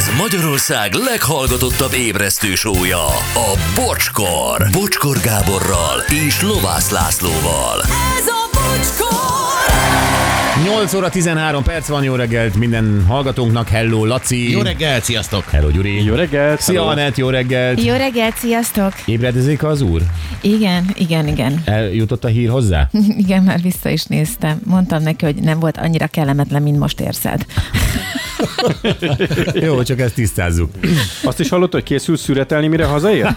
Ez Magyarország leghallgatottabb ébresztő show-ja, a Bocskor. Bocskor Gáborral és Lovász Lászlóval. Ez a Bocskor! 8 óra 13 perc van, jó reggelt minden hallgatónknak. Hello, Laci. Jó reggelt, sziasztok. Hello, Gyuri. Jó reggelt. Szia, Anett, jó reggelt. Jó reggelt, sziasztok! Ébredezik az úr? Igen. Eljutott a hír hozzá? Igen, már vissza is néztem. Mondtam neki, hogy nem volt annyira kellemetlen, mint most érzed. Jó, csak ezt tisztázzuk. Azt is hallott, hogy készül szüretelni, mire hazaér?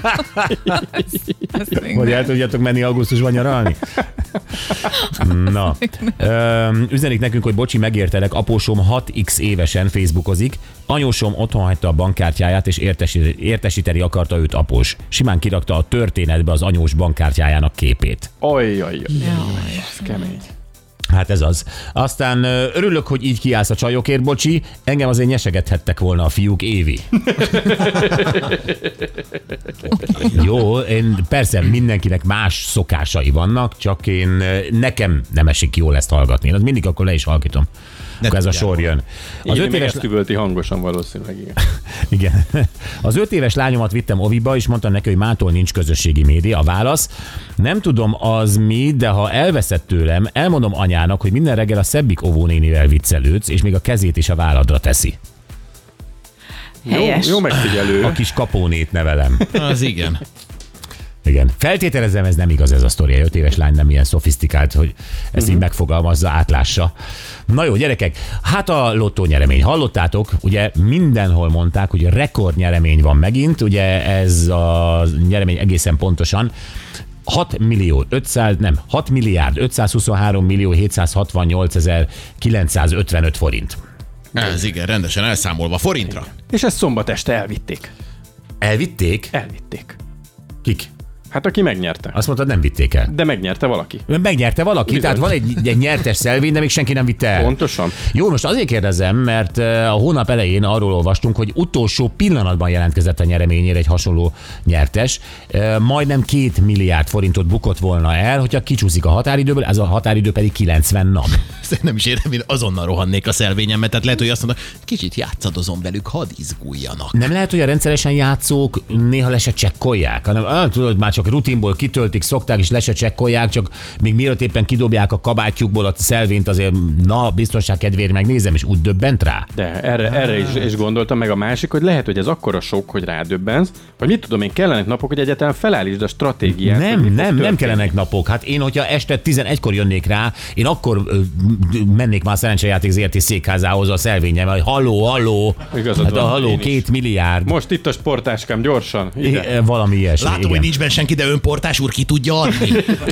Hogy el tudjátok menni augusztusban nyaralni? Na, üzenik nekünk, hogy bocsi, megértelek, apósom 6x évesen facebookozik, anyósom otthon hagyta a bankkártyáját, és értesíteni akarta őt após. Simán kirakta a történetbe az anyós bankkártyájának képét. Ajjaj, ez kemény. Hát ez az. Aztán örülök, hogy így kiállsz a csajokért, bocsi, engem azért nyesegethettek volna a fiúk, Évi. Jó, persze mindenkinek más szokásai vannak, csak nekem nem esik jól ezt hallgatni. Én az mindig akkor le is halkítom. Akkor ez a sor jön. Az 5 éves üvölti hangosan valószínűleg, igen. Igen. Az 5 éves lányomat vittem oviba, és mondtam neki, hogy mától nincs közösségi média. A válasz: nem tudom az mi, de ha elveszett tőlem, elmondom anyának, hogy minden reggel a Szebbik óvónénivel viccelődsz, és még a kezét is a válladra teszi. Helyes. Jó megfigyelő. A kis kapónét nevelem. Az igen. Igen. Feltételezem, ez nem igaz, ez a sztori. 5 éves lány nem ilyen szofisztikált, hogy ezt így megfogalmazza, átlássa. Na jó, gyerekek, hát a lottó nyeremény. Hallottátok, ugye mindenhol mondták, hogy rekord nyeremény van megint, ugye ez a nyeremény egészen pontosan 6 milliárd 523 millió 768 955 forint. Ez igen, rendesen elszámolva forintra. És ezt szombat este elvitték. Elvitték? Elvitték. Kik? Hát aki megnyerte. Azt mondtad, nem vitték el. De megnyerte valaki. Megnyerte valaki, Bizony. tehát van egy nyertes szelvény, de még senki nem vitte el. Pontosan. Jó, most azért kérdezem, mert a hónap elején arról olvastunk, hogy utolsó pillanatban jelentkezett a nyereményére egy hasonló nyertes. Majdnem 2 milliárd forintot bukott volna el, hogyha kicsúszik a határidőből, ez a határidő pedig 90 nap. Nem is értem, én azonnal rohannék a szelvényembe, tehát lehet, hogy azt mondom, kicsit játszadozom velük, hadd izguljanak. Nem lehet, hogy a rendszeresen játszók néha le se csekkolják, hanem tudod, már csak rutinból kitöltik, szokták és le se csekkolják, csak még mielőtt éppen kidobják a kabátjukból a szelvényt, azért biztonság kedvéért megnézem, és úgy döbbent rá. De erre is gondoltam, meg a másik, hogy lehet, hogy ez akkora sok, hogy rádöbbensz, vagy mit tudom én, kellenek napok, hogy egyáltalán felállítsd a stratégiát. Nem kellenek napok. Hát én, hogyha este 11-kor jönnék rá, én akkor mennék már a szerencsejáték ZRT székházához a szelvényem, hogy halló, Igazad hát van, a halló, én 2 is. milliárd. Most itt a sportáskám, gyorsan. Ide. Valami ilyesmi. Látom, hogy nincs benne senki, de önportás úr ki tudja adni.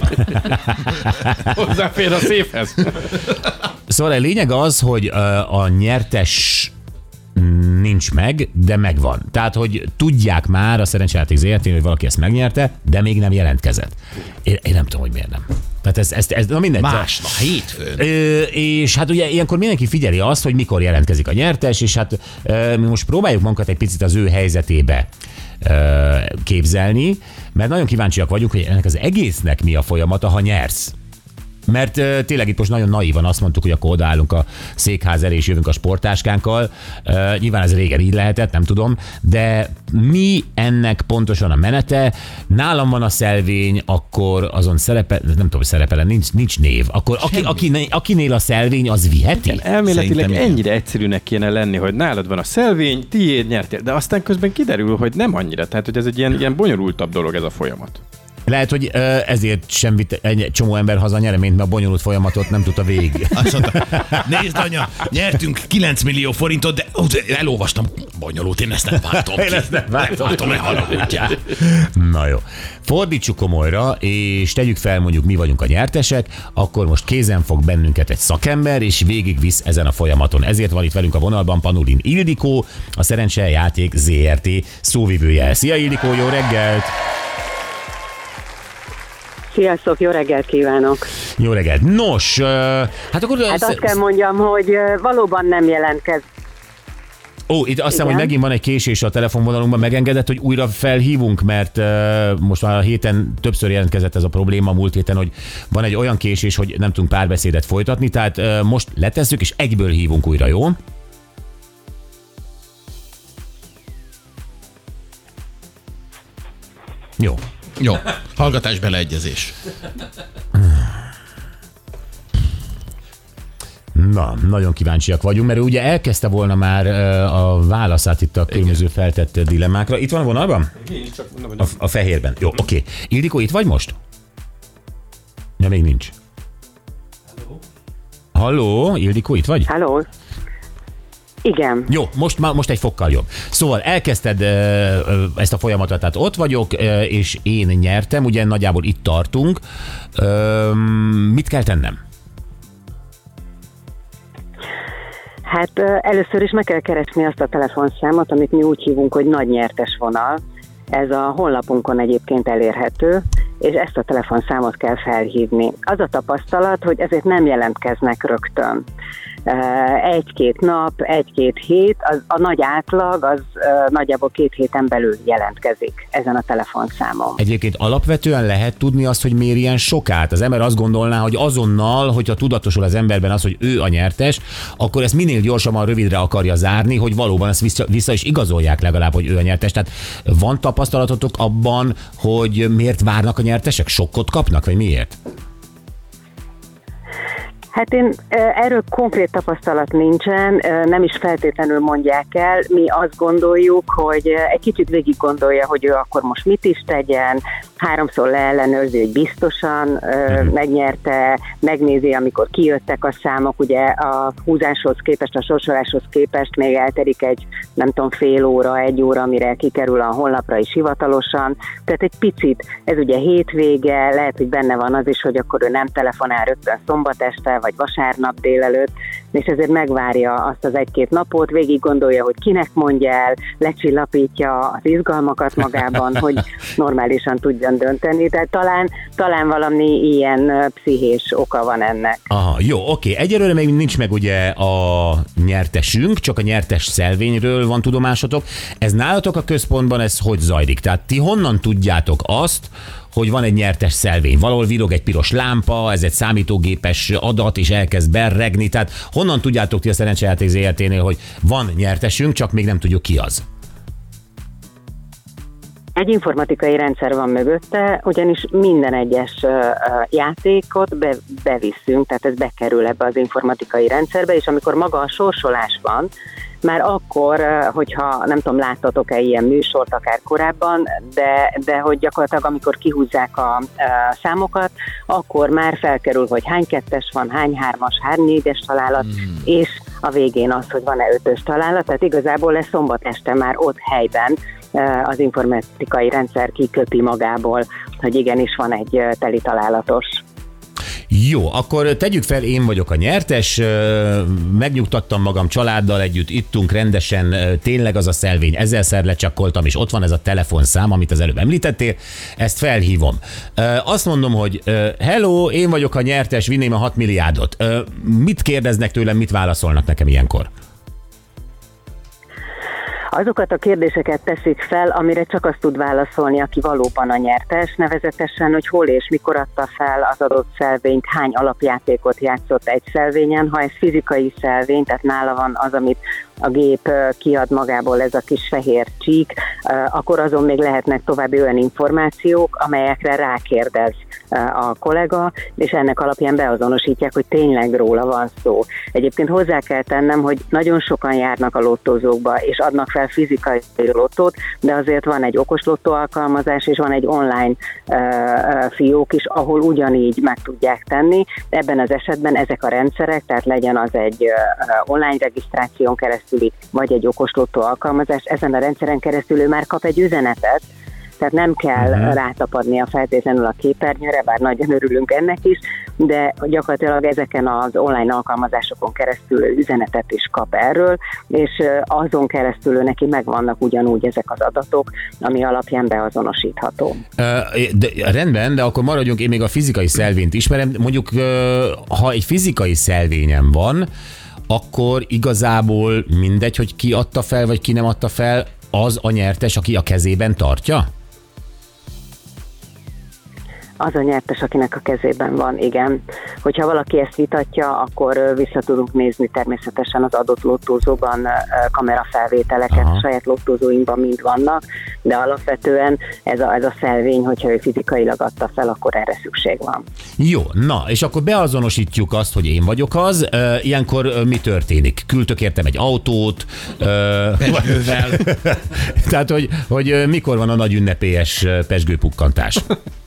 Hozzáfér a széfhez. Szóval a lényeg az, hogy a nyertes nincs meg, de megvan. Tehát, hogy tudják már a szerencsejáték ZRT-n, hogy valaki ezt megnyerte, de még nem jelentkezett. Én nem tudom, hogy miért nem. Tehát ez na mindegy. Másnap, hétfőn. És hát ugye ilyenkor mindenki figyeli azt, hogy mikor jelentkezik a nyertes, és hát mi most próbáljuk magunkat egy picit az ő helyzetébe képzelni, mert nagyon kíváncsiak vagyunk, hogy ennek az egésznek mi a folyamata, ha nyersz. Mert tényleg itt most nagyon naívan azt mondtuk, hogy akkor odaállunk a székház elé és jövünk a sportáskánkkal. Nyilván ez régen így lehetett, nem tudom, de mi ennek pontosan a menete? Nálam van a szelvény, akkor azon szerepel, nem tudom, hogy szerepel, nincs név. Akkor akinél a szelvény, az viheti? Elméletileg Szerintem ennyire egyszerűnek kéne lenni, hogy nálad van a szelvény, tiéd, nyertél, de aztán közben kiderül, hogy nem annyira. Tehát, hogy ez egy ilyen bonyolultabb dolog ez a folyamat. Lehet, hogy ezért sem vitt egy csomó ember haza nyereményt, mert a bonyolult folyamatot nem tudta végig. Azt mondta, nézd anya, nyertünk 9 millió forintot, de elolvastam, bonyolult, én ezt nem váltom ki. Én ezt nem váltom. Ne haragudjál. Na jó. Fordítsuk komolyra, és tegyük fel, mondjuk mi vagyunk a nyertesek, akkor most kézen fog bennünket egy szakember, és végigvisz ezen a folyamaton. Ezért van itt velünk a vonalban Panulin Ildikó, a Szerencsejáték ZRT szóvivője. Szia Ildikó, jó reggelt! Sziasztok, jó reggelt kívánok! Jó reggelt! Nos, hát akkor... Hát azt kell mondjam, hogy valóban nem jelentkezik. Ó, itt azt hiszem, Igen. hogy megint van egy késés a telefonvonalunkban, megengedett, hogy újra felhívunk, mert most már a héten többször jelentkezett ez a probléma, múlt héten, hogy van egy olyan késés, hogy nem tudunk párbeszédet folytatni, tehát most letesszük, és egyből hívunk újra, jó? Jó. Jó, hallgatás beleegyezés. Na, nagyon kíváncsiak vagyunk, mert ő ugye elkezdte volna már a válaszát itt a különböző feltett dilemmákra. Itt van a vonalban? Nincs, csak mondom, hogy A fehérben. Jó, oké. Ildikó, itt vagy most? Ja, még nincs. Halló, Ildikó, itt vagy? Halló? Igen. Jó, most egy fokkal jobb. Szóval elkezdted ezt a folyamatot, tehát ott vagyok, és én nyertem, ugye nagyjából itt tartunk. Mit kell tennem? Hát először is meg kell keresni azt a telefonszámot, amit mi úgy hívunk, hogy nagy nyertes vonal. Ez a honlapunkon egyébként elérhető, és ezt a telefonszámot kell felhívni. Az a tapasztalat, hogy ezért nem jelentkeznek rögtön. Egy-két nap, egy-két hét, a nagy átlag az nagyjából 2 héten belül jelentkezik ezen a telefonszámon. Egyébként alapvetően lehet tudni azt, hogy miért ilyen sokát. Az ember azt gondolná, hogy azonnal, hogyha tudatosul az emberben az, hogy ő a nyertes, akkor ezt minél gyorsabban rövidre akarja zárni, hogy valóban ezt vissza is igazolják legalább, hogy ő a nyertes. Tehát van tapasztalatotok abban, hogy miért várnak a nyertesek? Sokkot kapnak, vagy miért? Hát én erről konkrét tapasztalat nincsen, nem is feltétlenül mondják el. Mi azt gondoljuk, hogy egy kicsit végig gondolja, hogy ő akkor most mit is tegyen, 3-szor leellenőrzi, hogy biztosan megnyerte, megnézi, amikor kijöttek a számok, ugye a húzáshoz képest, a sorsoláshoz képest még elterik egy, nem tudom, fél óra, 1 óra, amire kikerül a honlapra is hivatalosan. Tehát egy picit, ez ugye hétvége, lehet, hogy benne van az is, hogy akkor ő nem telefonál rögtön szombat este, vagy vasárnap délelőtt, és ezért megvárja azt az 1-2 napot, végig gondolja, hogy kinek mondja el, lecsillapítja az izgalmakat magában, hogy normálisan tudjon dönteni, tehát talán valami ilyen pszichés oka van ennek. Aha, jó, oké. Egyelőre még nincs meg ugye a nyertesünk, csak a nyertes szelvényről van tudomásotok. Ez nálatok a központban, ez hogy zajlik? Tehát ti honnan tudjátok azt, hogy van egy nyertes szelvény? Valahol villog egy piros lámpa, ez egy számítógépes adat, és elkezd berregni. Tehát honnan tudjátok ti a Szerencsejáték ZRT-nél, hogy van nyertesünk, csak még nem tudjuk ki az? Egy informatikai rendszer van mögötte, ugyanis minden egyes játékot bevisszünk, tehát ez bekerül ebbe az informatikai rendszerbe, és amikor maga a sorsolás van, már akkor, hogyha nem tudom, láttatok-e ilyen műsort akár korábban, de hogy gyakorlatilag amikor kihúzzák a számokat, akkor már felkerül, hogy hány 2-es van, hány 3-as, hány 4-es találat, és a végén az, hogy van-e 5-ös találat, tehát igazából lesz szombat este már ott helyben az informatikai rendszer kiköpi magából, hogy igenis van egy teli találatos. Jó, akkor tegyük fel, én vagyok a nyertes, megnyugtattam magam, családdal együtt ittunk rendesen, tényleg az a szelvény, 1000-szer lecsekkoltam, és ott van ez a telefonszám, amit az előbb említettél, ezt felhívom. Azt mondom, hogy hello, én vagyok a nyertes, vinném a 6 milliárdot. Mit kérdeznek tőlem, mit válaszolnak nekem ilyenkor? Azokat a kérdéseket teszik fel, amire csak azt tud válaszolni, aki valóban a nyertes, nevezetesen, hogy hol és mikor adta fel az adott szelvényt, hány alapjátékot játszott egy szelvényen. Ha ez fizikai szelvény, tehát nála van az, amit a gép kiad magából, ez a kis fehér csík, akkor azon még lehetnek további olyan információk, amelyekre rákérdez a kollega, és ennek alapján beazonosítják, hogy tényleg róla van szó. Egyébként hozzá kell tennem, hogy nagyon sokan járnak a lottózókba, és adnak fel fizikai lottót, de azért van egy okos lottó alkalmazás, és van egy online fiók is, ahol ugyanígy meg tudják tenni. Ebben az esetben ezek a rendszerek, tehát legyen az egy online regisztráción keresztüli, vagy egy okos lottó alkalmazás, ezen a rendszeren keresztül ő már kap egy üzenetet, tehát nem kell rátapadnia feltétlenül a képernyőre, bár nagyon örülünk ennek is, de gyakorlatilag ezeken az online alkalmazásokon keresztül üzenetet is kap erről, és azon keresztül neki megvannak ugyanúgy ezek az adatok, ami alapján beazonosítható. Rendben, de akkor maradjunk, én még a fizikai szelvényt ismerem. Mondjuk, ha egy fizikai szelvényem van, akkor igazából mindegy, hogy ki adta fel, vagy ki nem adta fel, az a nyertes, aki a kezében tartja? Az a nyertes, akinek a kezében van, igen. Hogyha valaki ezt vitatja, akkor vissza tudunk nézni természetesen az adott lottózóban kamerafelvételeket, saját lottózóinkban mind vannak, de alapvetően ez a szelvény, hogyha ő fizikailag adta fel, akkor erre szükség van. Jó, na, és akkor beazonosítjuk azt, hogy én vagyok az. Ilyenkor mi történik? Küldtök értem egy autót. Pezsgővel. Tehát, hogy mikor van a nagy ünnepélyes pezsgőpukkantás?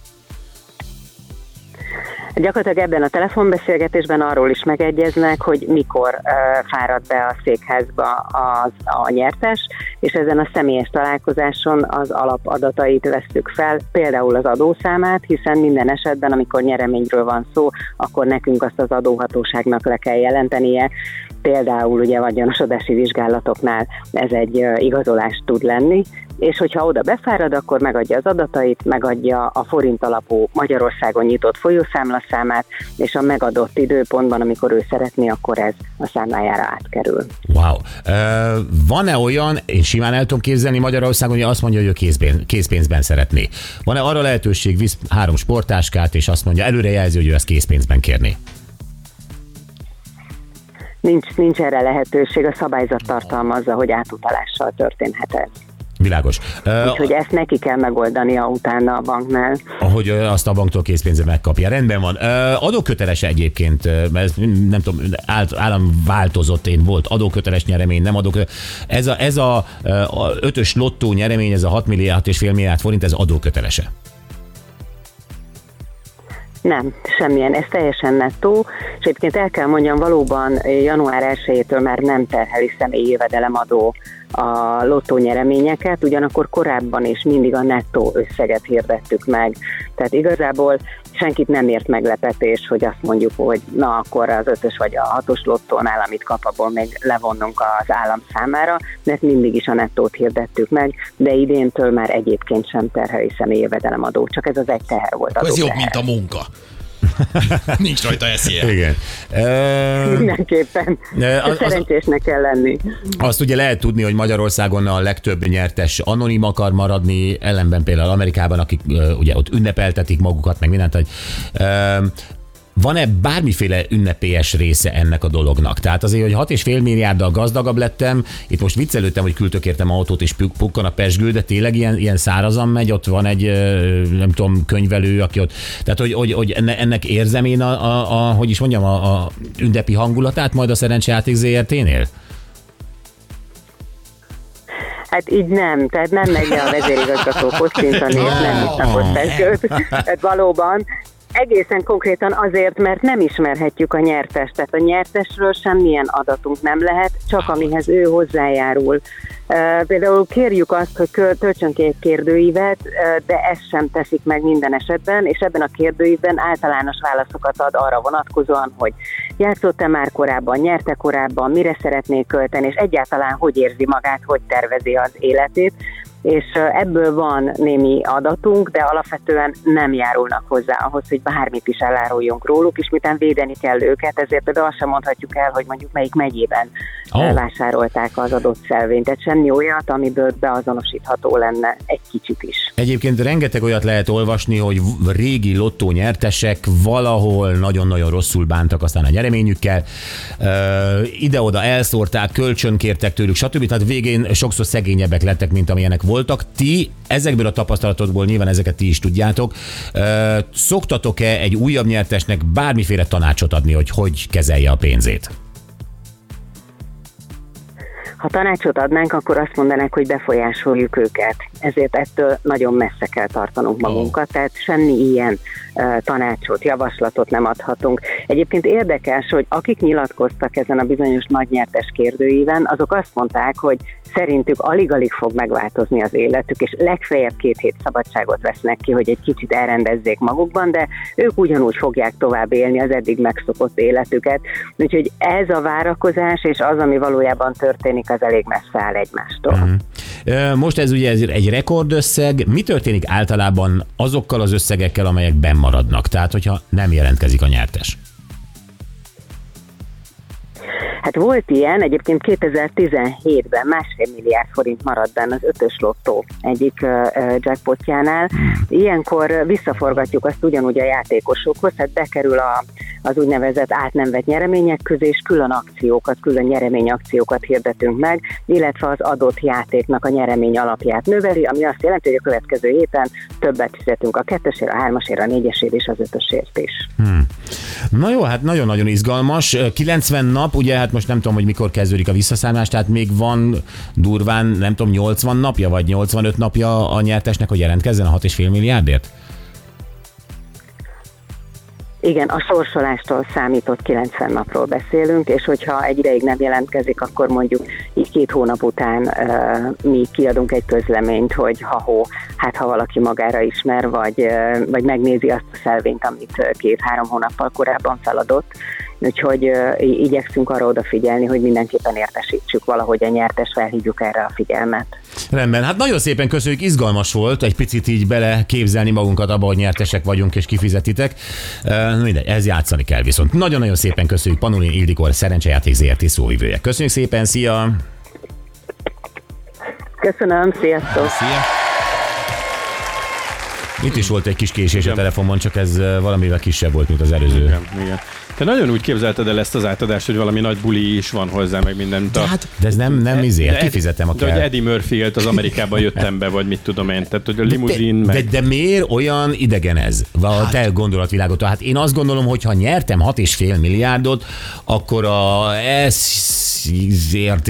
Gyakorlatilag ebben a telefonbeszélgetésben arról is megegyeznek, hogy mikor fárad be a székházba a nyertes, és ezen a személyes találkozáson az alapadatait vesszük fel, például az adószámát, hiszen minden esetben, amikor nyereményről van szó, akkor nekünk azt az adóhatóságnak le kell jelentenie. Például ugye vagyonosodási vizsgálatoknál ez egy igazolás tud lenni, és hogyha oda befárad, akkor megadja az adatait, megadja a forint alapú Magyarországon nyitott folyószámlaszámát, és a megadott időpontban, amikor ő szeretné, akkor ez a számlájára átkerül. Wow. Van-e olyan, én simán el tudom képzelni Magyarországon, hogy azt mondja, hogy ő készpénzben szeretné. Van-e arra lehetőség, visz 3 sporttáskát, és azt mondja, előre jelzi, hogy ő ezt készpénzben kérné? Nincs erre lehetőség, a szabályzat tartalmazza, hogy átutalással történhet ez. Világos. Úgyhogy ezt neki kell megoldania utána a banknál. Hogy azt a banktól készpénzre megkapja. Rendben van. Adóköteles egyébként, mert nem tudom, állam változott, én volt adóköteles nyeremény, nem adóköteles. Ez a 5-ös lottó nyeremény, ez a 6,5 milliárd forint, ez adókötelese? Nem, semmilyen, ez teljesen nettó, és egyébként el kell mondjam, valóban január 1-től már nem terheli személyi jövedelemadó a lottó nyereményeket, ugyanakkor korábban is mindig a nettó összeget hirdettük meg. Tehát igazából senkit nem ért meglepetés, hogy azt mondjuk, hogy na akkor az 5-ös vagy a 6-os lottónál, amit kap, abból még levonnunk az állam számára, mert mindig is a nettót hirdettük meg, de idéntől már egyébként sem terheli személyi jövedelemadó, csak ez az egy teher volt. Ez jobb, mint a munka. Nincs rajta eszélye. Igen. Mindenképpen. Szerencsésnek kell lenni. Azt ugye lehet tudni, hogy Magyarországon a legtöbb nyertes anonim akar maradni, ellenben például Amerikában, akik ugye ott ünnepeltetik magukat, meg mindent, hogy van-e bármiféle ünnepélyes része ennek a dolognak? Tehát azért, hogy 6,5 milliárddal gazdagabb lettem, itt most viccelődtem, hogy küldtök értem autót és pukkan a pezsgő, de tényleg ilyen szárazan megy, ott van egy, nem tudom, könyvelő, aki ott, tehát hogy ennek érzem én hogy is mondjam, a ünnepi hangulatát majd a Szerencsejáték ZRT-nél? Hát így nem, tehát nem megy le a vezérigazgató koccintani, és nem isznak ott pezsgőt. Tehát valóban egészen konkrétan azért, mert nem ismerhetjük a nyertest, tehát a nyertesről semmilyen adatunk nem lehet, csak amihez ő hozzájárul. Például kérjük azt, hogy töltsön ki egy kérdőívet, de ezt sem teszik meg minden esetben, és ebben a kérdőívben általános válaszokat ad arra vonatkozóan, hogy játszott-e már korábban, nyerte korábban, mire szeretné költeni, és egyáltalán hogy érzi magát, hogy tervezi az életét. És ebből van némi adatunk, de alapvetően nem járulnak hozzá ahhoz, hogy bármit is eláruljunk róluk, és miután védeni kell őket, ezért például azt sem mondhatjuk el, hogy mondjuk melyik megyében vásárolták az adott szelvényt. Tehát semmi olyat, amiből beazonosítható lenne egy kicsit is. Egyébként rengeteg olyat lehet olvasni, hogy régi lottó nyertesek valahol nagyon-nagyon rosszul bántak aztán a nyereményükkel, ide-oda elszórták, kölcsönkértek tőlük, stb. Tehát végén sokszor szegényebbek lettek, mint amilyenek voltak. Ti ezekből a tapasztalatokból nyilván ezeket ti is tudjátok. Szoktatok-e egy újabb nyertesnek bármiféle tanácsot adni, hogy kezelje a pénzét? Ha tanácsot adnánk, akkor azt mondanák, hogy befolyásoljuk őket. Ezért ettől nagyon messze kell tartanunk magunkat, tehát semmi ilyen tanácsot, javaslatot nem adhatunk. Egyébként érdekes, hogy akik nyilatkoztak ezen a bizonyos nagynyertes kérdőíven, azok azt mondták, hogy szerintük alig-alig fog megváltozni az életük, és legfeljebb 2 hét szabadságot vesznek ki, hogy egy kicsit elrendezzék magukban, de ők ugyanúgy fogják tovább élni az eddig megszokott életüket. Úgyhogy ez a várakozás és az, ami valójában történik, az elég messze áll egymástól. Most ez ugye egy rekordösszeg. Mi történik általában azokkal az összegekkel, amelyek benn maradnak? Tehát, hogyha nem jelentkezik a nyertes? Hát volt ilyen, egyébként 2017-ben 1,5 milliárd forint maradt benne az 5-ös lottó egyik jackpotjánál. Ilyenkor visszaforgatjuk azt ugyanúgy a játékosokhoz, tehát bekerül az úgynevezett át nem vett nyeremények közé, és külön nyereményakciókat hirdetünk meg, illetve az adott játéknak a nyeremény alapját növeli, ami azt jelenti, hogy a következő héten többet fizetünk a 2-esért, a 3-asért, a 4-esért és az 5-ösért is. Na jó, hát nagyon-nagyon izgalmas. 90 nap, ugye hát most nem tudom, hogy mikor kezdődik a visszaszámlás, tehát még van durván, nem tudom, 80 napja, vagy 85 napja a nyertesnek, hogy jelentkezzen a 6,5 milliárdért? Igen, a sorsolástól számított 90 napról beszélünk, és hogyha egy ideig nem jelentkezik, akkor mondjuk így 2 hónap után mi kiadunk egy közleményt, hogy ha valaki magára ismer, vagy megnézi azt a szelvényt, amit 2-3 hónappal korábban feladott. Úgyhogy igyekszünk arra odafigyelni, hogy mindenképpen értesítsük valahogy a nyertes, felhívjuk erre a figyelmet. Rendben, hát nagyon szépen köszönjük, izgalmas volt egy picit így bele képzelni magunkat abba, hogy nyertesek vagyunk és kifizetitek. Mindegy, ez játszani kell viszont. Nagyon-nagyon szépen köszönjük Panolin Ildikó, Szerencsejáték Zrt. Szóvivője. Köszönjük szépen, szia! Köszönöm, sziasztok! Szia! Itt is volt egy kis késés a telefonban, csak ez valamivel kisebb volt, mint az előző. Igen. Te nagyon úgy képzelted el ezt az átadást, hogy valami nagy buli is van hozzá, meg minden. De ez nem kifizetem a kell. De hogy Eddie Murphy élt, az Amerikában jöttem be, vagy mit tudom én. Tehát, hogy a limuzin de miért olyan idegen ez? A te gondolatvilágot. Hát én azt gondolom, hogy ha nyertem 6,5 milliárdot, akkor a SZRT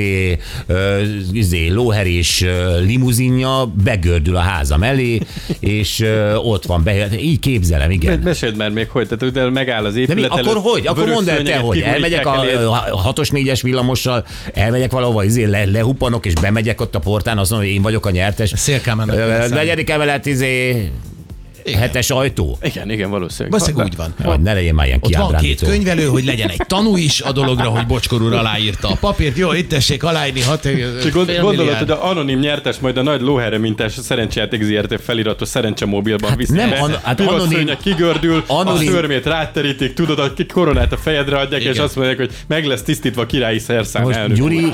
lóherés limuzinja begördül a házam elé, és ott van be. Így képzelem, igen. Meséld már még, hogy tehát megáll az épület. De mi, akkor hogy? Akkor mondd el te, hogy elmegyek a 6-os 4-es villamossal, elmegyek valahova, lehuppanok, és bemegyek ott a portán, azt mondom, hogy én vagyok a nyertes. Negyedik emelet, 7-es ajtó. Igen, valószínűleg. Valószínűleg úgy van. Hogy ne legyen már ilyen Ott van 2 kiábrándító. könyvelő, hogy legyen egy tanú is a dologra, hogy Bocskor úr aláírta a papírt. Jó, itt tessék aláírni 6,5 Gondolod, hogy a anonim nyertes majd a nagy lóherre mintás Szerencsejáték Zrt. Feliratos szerencsemobilban viszi nem, be. anonim, kigördül, a szörmét ráterítik, tudod, a koronát a fejedre adják, igen. És azt mondják, hogy meg lesz tisztítva a királyi szerszám most elnök. Gyuri,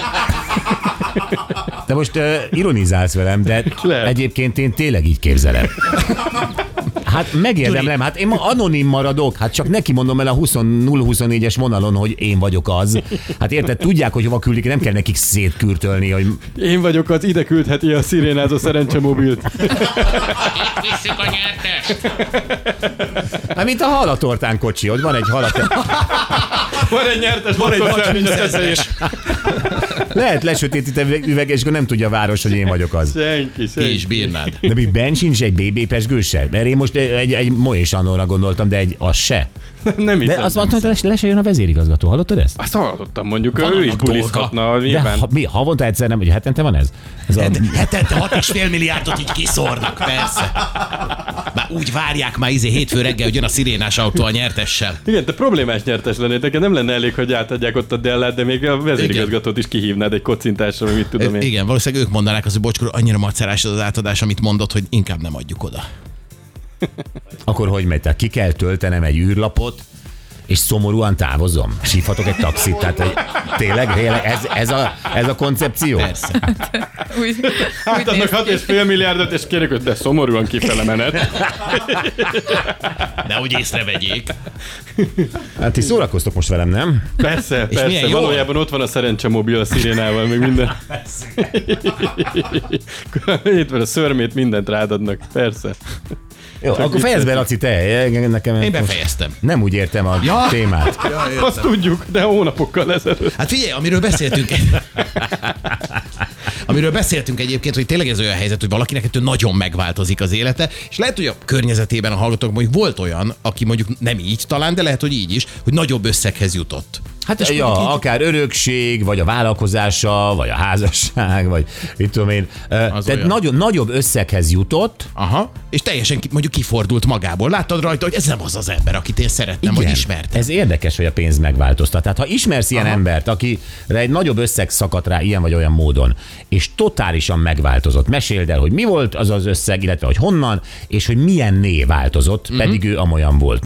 te most ironizálsz velem, de Lehet. egyébként én tényleg így képzelem. Hát megérdemlem, hát én anonim maradok, hát csak neki mondom el a 0-24-es vonalon, hogy én vagyok az. Hát érted, tudják, hogy hova küldik, nem kell nekik szétkürtölni, hogy... Én vagyok az, ide küldheti a szirénázó szerencsemobilt. Visszük a nyertest! Hát mint a halatortán kocsi, hogy van egy halatortán. Van egy nyertes, van egy macskás. Lehet lesötétíteni üveg, és akkor nem tudja a város, hogy én vagyok az. Senki. Ki is bírnád. De mi benn sincs egy BB pesgőssel? Mert én most egy Moés Annóra gondoltam, de az se. Nem hiszem. De azt mondta, hogy le se jön a vezérigazgató. Hallottad ezt? Azt hallottam, mondjuk Van ő is annak bulizhatna. De havonta egyszer nem, hogy hetente van ez? Hetente 6,5 milliárdot így kiszórnak, persze. Már úgy várják már hétfő reggel, hogy jön a szirénás autó a nyertessel. Igen, te problémás nyertes lennél, neked nem lenne elég, hogy átadják ott a Dellát, de még a vezérigazgatót is kihívnád egy kocintásra, vagy mit tudom én. Igen, valószínűleg ők mondanák azt, hogy Bocskor, annyira macerás az átadás, amit mondott, hogy inkább nem adjuk oda. Akkor hogy megy? Tehát ki kell töltenem egy űrlapot, és szomorúan távozom? Sífatok egy taxit? Tehát tényleg ez a koncepció? Persze. Átadnak 6,5 milliárdot, és kérjük, hogy de szomorúan kifele menet. Nehogy észrevegyék. Hát ti szórakoztok most velem, nem? Persze. milyen jó? Valójában ott van a szerencsemobil a szirénával, meg minden. Itt van a szörmét, mindent rádadnak. Persze. Jó, akkor fejezd be, Laci, te. Nekem Én befejeztem. Nem úgy értem a témát. Azt tudjuk, de hónapokkal ezelőtt. Hát figyelj, amiről beszéltünk egyébként, hogy tényleg ez olyan helyzet, hogy valakinek ettől nagyon megváltozik az élete, és lehet, hogy a környezetében a hallgatók mondjuk volt olyan, aki mondjuk nem így talán, de lehet, hogy így is, hogy nagyobb összeghez jutott. Hát ja, akár örökség, vagy a vállalkozása, vagy a házasság, vagy mit tudom én. Tehát nagyobb összeghez jutott. Aha, és teljesen mondjuk kifordult magából. Láttad rajta, hogy ez nem az az ember, akit én szerettem, vagy ismertem. Ez érdekes, hogy a pénz megváltoztat. Tehát ha ismersz ilyen embert, akire egy nagyobb összeg szakadt rá ilyen vagy olyan módon, és totálisan megváltozott, meséld el, hogy mi volt az az összeg, illetve hogy honnan, és hogy milyenné változott, pedig ő amolyan volt.